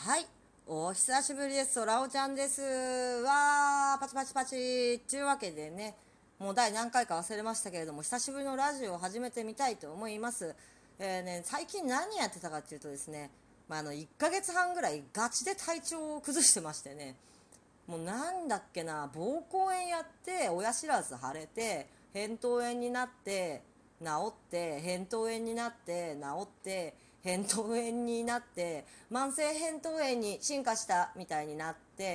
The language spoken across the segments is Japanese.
はい、お久しぶりです。ラオちゃんです。わー、パチパチパチ。というわけでね、もう第何回か忘れましたけれども、久しぶりのラジオを始めてみたいと思います。最近何やってたかっていうとですね、1ヶ月半ぐらいガチで体調を崩してましてね、もうなんだっけな、膀胱炎やって、親知らず腫れて、扁桃炎になって、治って、扁桃炎になって、治って、扁桃炎になって、慢性扁桃炎に進化したみたいになって、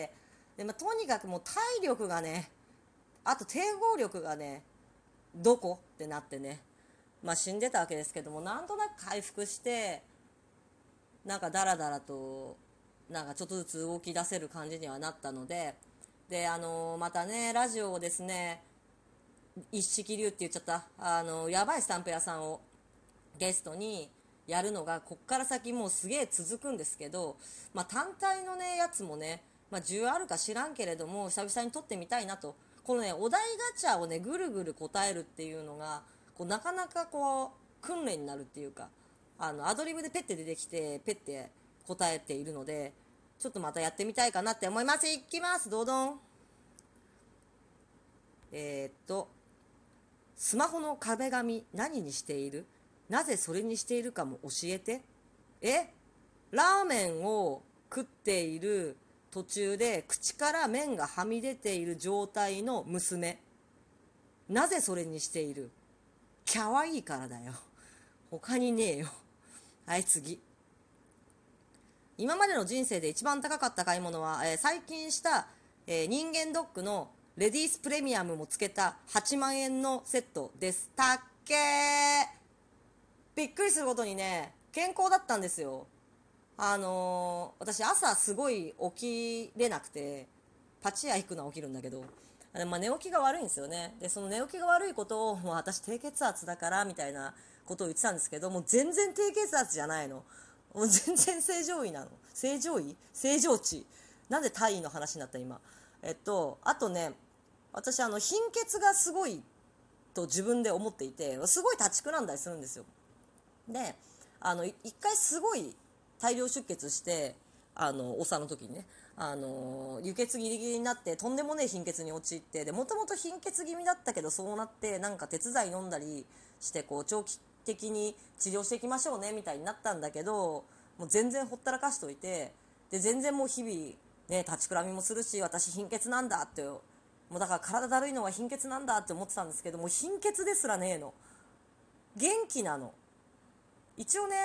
で、とにかくもう体力がね、あと抵抗力がね、どこってなってね、死んでたわけですけども、なんとなく回復して、なんかダラダラとなんかちょっとずつ動き出せる感じにはなったので、またねラジオをですね、一式流って言っちゃった、やばいスタンプ屋さんをゲストにやるのがこっから先もうすげえ続くんですけど、単体のねやつもね、需要あるか知らんけれども久々に撮ってみたいなと。このねお題ガチャをねぐるぐる答えるっていうのがなかなか訓練になるっていうか、アドリブでペッて出てきてペッて答えているので、ちょっとまたやってみたいかなって思います。いきます、どうどん。えー、っとスマホの壁紙何にしている？なぜそれにしているかも教えて。えラーメンを食っている途中で口から麺がはみ出ている状態の娘。なぜそれにしている？キャワいいからだよ。他にねえよ。はい、次。今までの人生で一番高かった買い物は、最近した、人間ドックのレディースプレミアムもつけた8万円のセットです。たっけー。びっくりすることにね、健康だったんですよ。私朝すごい起きれなくて、パチ屋行くのは起きるんだけど、寝起きが悪いんですよね。でその寝起きが悪いことを、もう私低血圧だからみたいなことを言ってたんですけども、全然低血圧じゃないの。もう全然正常位なの。正常位正常値。なんで体位の話になった今。あとね、私貧血がすごいと自分で思っていて、すごい立ちくらんだりするんですよ。で一回すごい大量出血して、お産の時にね、輸血ギリギリになってとんでもねえ貧血に陥って、でもともと貧血気味だったけど、そうなってなんか鉄剤飲んだりして長期的に治療していきましょうねみたいになったんだけど、もう全然ほったらかしといて、で全然もう日々ね立ちくらみもするし、私貧血なんだって、もうだから体だるいのは貧血なんだって思ってたんですけども、貧血ですらねえの。元気なの。一応ね、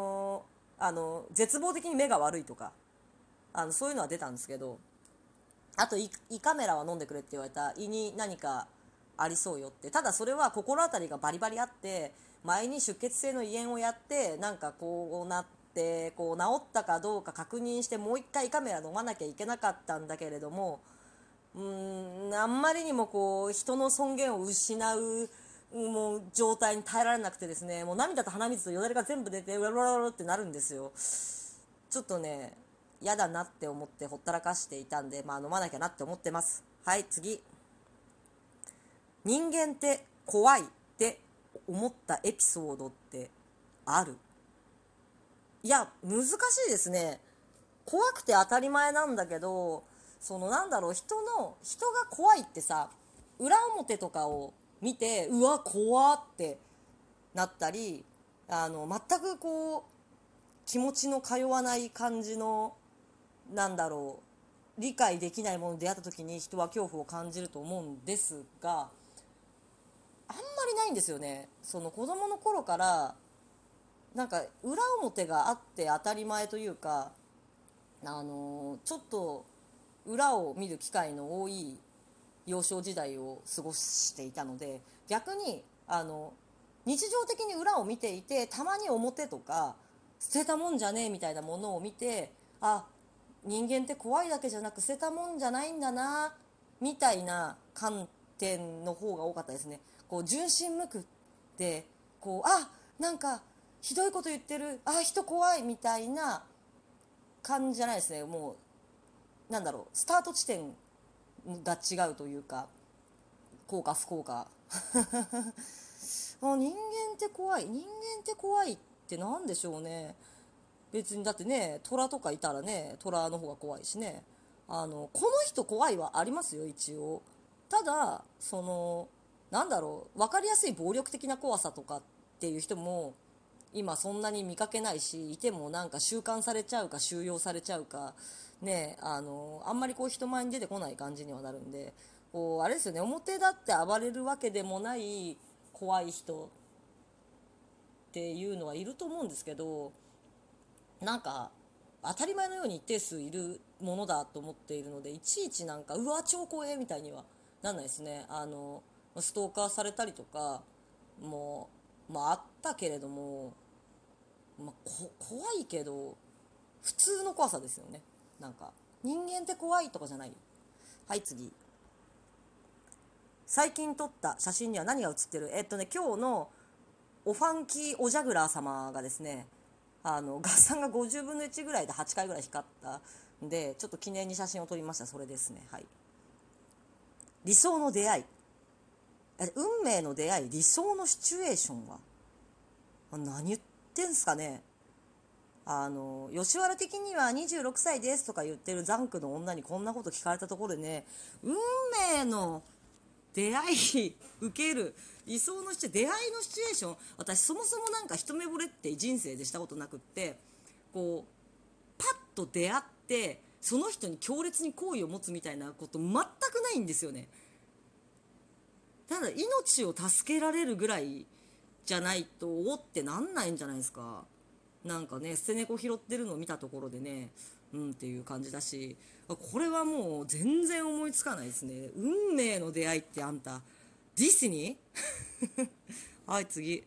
絶望的に目が悪いとか、そういうのは出たんですけど、あと胃カメラは飲んでくれって言われた。胃に何かありそうよって。ただそれは心当たりがバリバリあって、前に出血性の胃炎をやって、なんかこうなって治ったかどうか確認して、もう一回胃カメラ飲まなきゃいけなかったんだけれども、あんまりにも人の尊厳を失うもう状態に耐えられなくてですね、もう涙と鼻水とよだれが全部出てうらららってなるんですよ。ちょっとね嫌だなって思ってほったらかしていたんで、飲まなきゃなって思ってます。はい、次。人間って怖いって思ったエピソードってある？いや難しいですね。怖くて当たり前なんだけど、なんだろう、人が怖いってさ、裏表とかを見てうわ怖ってなったり、全く気持ちの通わない感じの、なんだろう、理解できないものに出会った時に人は恐怖を感じると思うんですが、あんまりないんですよね。子供の頃からなんか裏表があって当たり前というか、ちょっと裏を見る機会の多い幼少時代を過ごしていたので、逆に日常的に裏を見ていて、たまに表とか捨てたもんじゃねえみたいなものを見て、あ、人間って怖いだけじゃなく捨てたもんじゃないんだなみたいな観点の方が多かったですね。純真無垢で、なんかひどいこと言ってる、人怖いみたいな感じじゃないですね。もうなんだろう、スタート地点が違うというか、幸か不幸か。人間って怖いってなんでしょうね。 別にだってね、虎とかいたらね、虎の方が怖いしね。この人怖いはありますよ、一応。ただ、なんだろう、分かりやすい暴力的な怖さとかっていう人も、今そんなに見かけないし、いてもなんか収監されちゃうか収容されちゃうか、ね、あんまりこう人前に出てこない感じにはなるんで、こう、あれですよね、表立って暴れるわけでもない怖い人っていうのはいると思うんですけど、なんか当たり前のように一定数いるものだと思っているので、いちいちなんかうわ超怖えみたいにはなんないですね。ストーカーされたりとかもあったけれども、怖いけど普通の怖さですよね。なんか人間って怖いとかじゃない。はい、次。最近撮った写真には何が写ってる？今日のおファンキーおジャグラー様がですね、合算が50分の1ぐらいで8回ぐらい光ったんで、ちょっと記念に写真を撮りました。それですね。はい。理想の出会い、運命の出会い、理想のシチュエーションは何言ってんすかね。吉原的には26歳ですとか言ってるザンクの女にこんなこと聞かれたところでね、運命の出会い受ける理想の出会いのシチュエーション、私そもそもなんか一目惚れって人生でしたことなくって、こうパッと出会ってその人に強烈に好意を持つみたいなこと全くないんですよね。ただ命を助けられるぐらいじゃないとおってなんないんじゃないですか。なんかね、捨て猫拾ってるのを見たところでね、うんっていう感じだし、これはもう全然思いつかないですね。運命の出会いってあんたディスニーはい、次。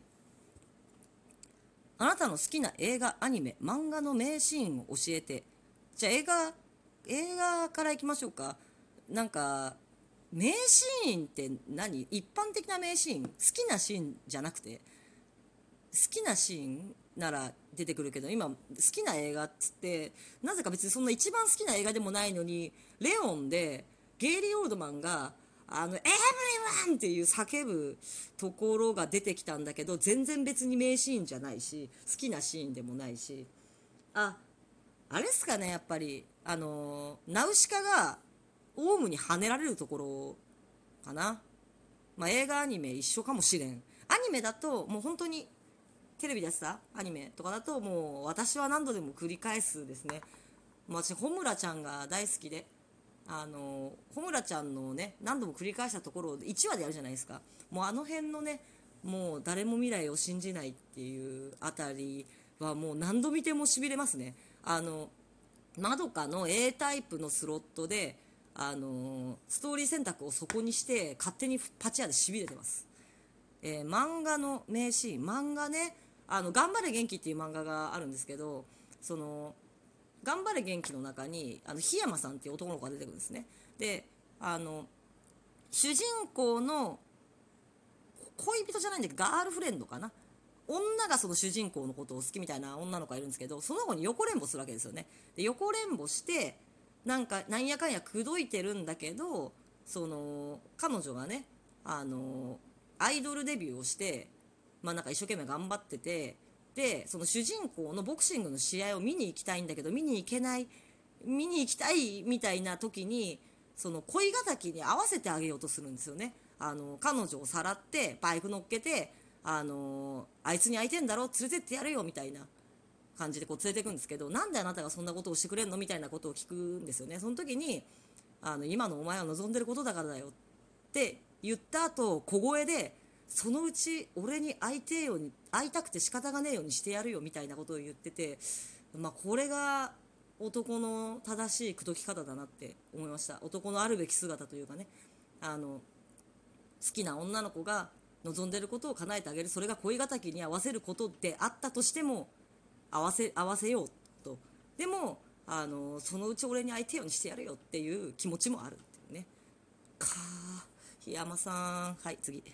あなたの好きな映画、アニメ、漫画の名シーンを教えて。じゃあ映画からいきましょうか。なんか名シーンって何？一般的な名シーン、好きなシーンじゃなくて、好きなシーンなら出てくるけど、今好きな映画っつってなぜか別にそんな一番好きな映画でもないのに、レオンでゲイリー・オールドマンがエブリワンっていう叫ぶところが出てきたんだけど、全然別に名シーンじゃないし好きなシーンでもないし、あれっすかね、やっぱりナウシカがオウムに跳ねられるところかな。映画アニメ一緒かもしれん。アニメだともう本当にテレビでやってたアニメとかだともう私は何度でも繰り返すですね。私穂村ちゃんが大好きで、穂村ちゃんのね何度も繰り返したところを1話でやるじゃないですか。もうあの辺のね、もう誰も未来を信じないっていうあたりはもう何度見てもしびれますね。まどかの A タイプのスロットでストーリー選択をそこにして勝手にパチ屋でしびれてます。漫画の名シーン、漫画ね、頑張れ元気っていう漫画があるんですけど、その頑張れ元気の中に檜山さんっていう男の子が出てくるんですね。で主人公の恋人じゃないんだけどガールフレンドかな、女がその主人公のことを好きみたいな女の子がいるんですけど、その子に横連母するわけですよね。で横連母してなんやかんや口説いてるんだけど、彼女がねアイドルデビューをして、なんか一生懸命頑張ってて、でその主人公のボクシングの試合を見に行きたいんだけど見に行けない、見に行きたいみたいな時にその恋敵に合わせてあげようとするんですよね。彼女をさらってバイク乗っけて、あいつに会いてんだろ連れてってやるよみたいな感じでこう連れていくんですけど、なんであなたがそんなことをしてくれんのみたいなことを聞くんですよね。その時に今のお前は望んでることだからだよって言った後、小声でそのうち俺に会いたくて仕方がねえようにしてやるよみたいなことを言ってて、これが男の正しい口説き方だなって思いました。男のあるべき姿というかね、好きな女の子が望んでることを叶えてあげる、それが恋敵に合わせることであったとしても合わせようと、でもそのうち俺に相手ようにしてやるよっていう気持ちもあるっていうね。檜山さん。はい、次。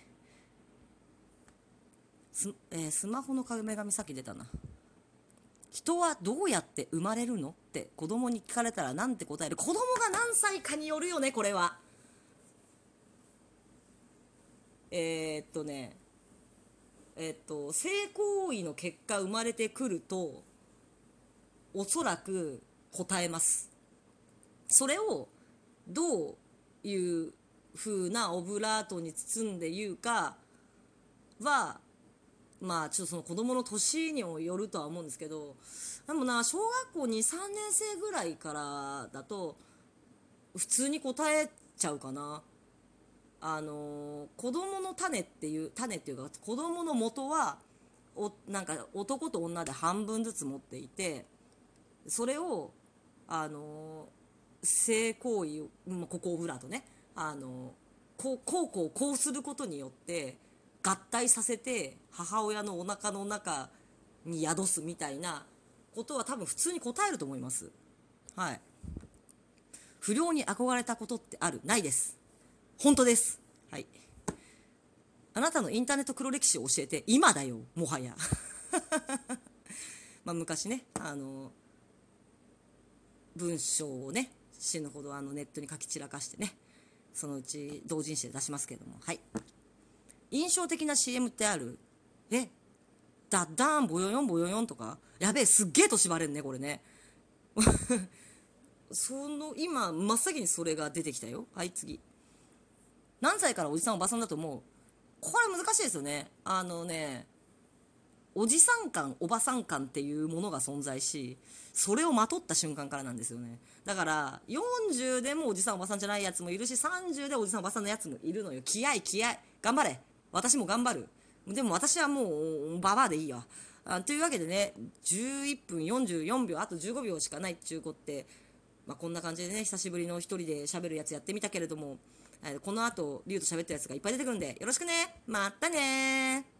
スマホの壁紙さっき出たな。人はどうやって生まれるのって子供に聞かれたらなんて答える？子供が何歳かによるよね、これは。えーっとね性行為の結果生まれてくると、 おそらく答えます。それをどういう風なオブラートに包んで言うかは、まあちょっとその子供の年にもよるとは思うんですけど、でもな、小学校2、3年生ぐらいからだと普通に答えちゃうかな。子供の種っていうか、子供の元はなんか男と女で半分ずつ持っていて、それを性行為、ここオブラートね、こうすることによって合体させて母親のお腹の中に宿すみたいなことは多分普通に答えると思います。はい。不良に憧れたことってある？ないです。本当です。はい。あなたのインターネット黒歴史を教えて。今だよ、もはや。まあ昔ね、文章をね、死ぬほどネットに書き散らかしてね、そのうち同人誌で出しますけれども。はい。印象的な CM ってある？ダッダーンボヨヨンボヨヨンとか、やべえ、すっげえ年バレんねこれね。今真っ先にそれが出てきたよ。はい、次。何歳からおじさんおばさんだと思う？これ難しいですよね。おじさん感おばさん感っていうものが存在し、それをまとった瞬間からなんですよね。だから40でもおじさんおばさんじゃないやつもいるし、30でおじさんおばさんのやつもいるのよ。気合頑張れ。私も頑張る。でも私はもうババアでいいよ。というわけでね、11分44秒、あと15秒しかないっちゅうこって、こんな感じでね、久しぶりの一人で喋るやつやってみたけれども、この後リュウと喋ったやつがいっぱい出てくるんでよろしくね。またね。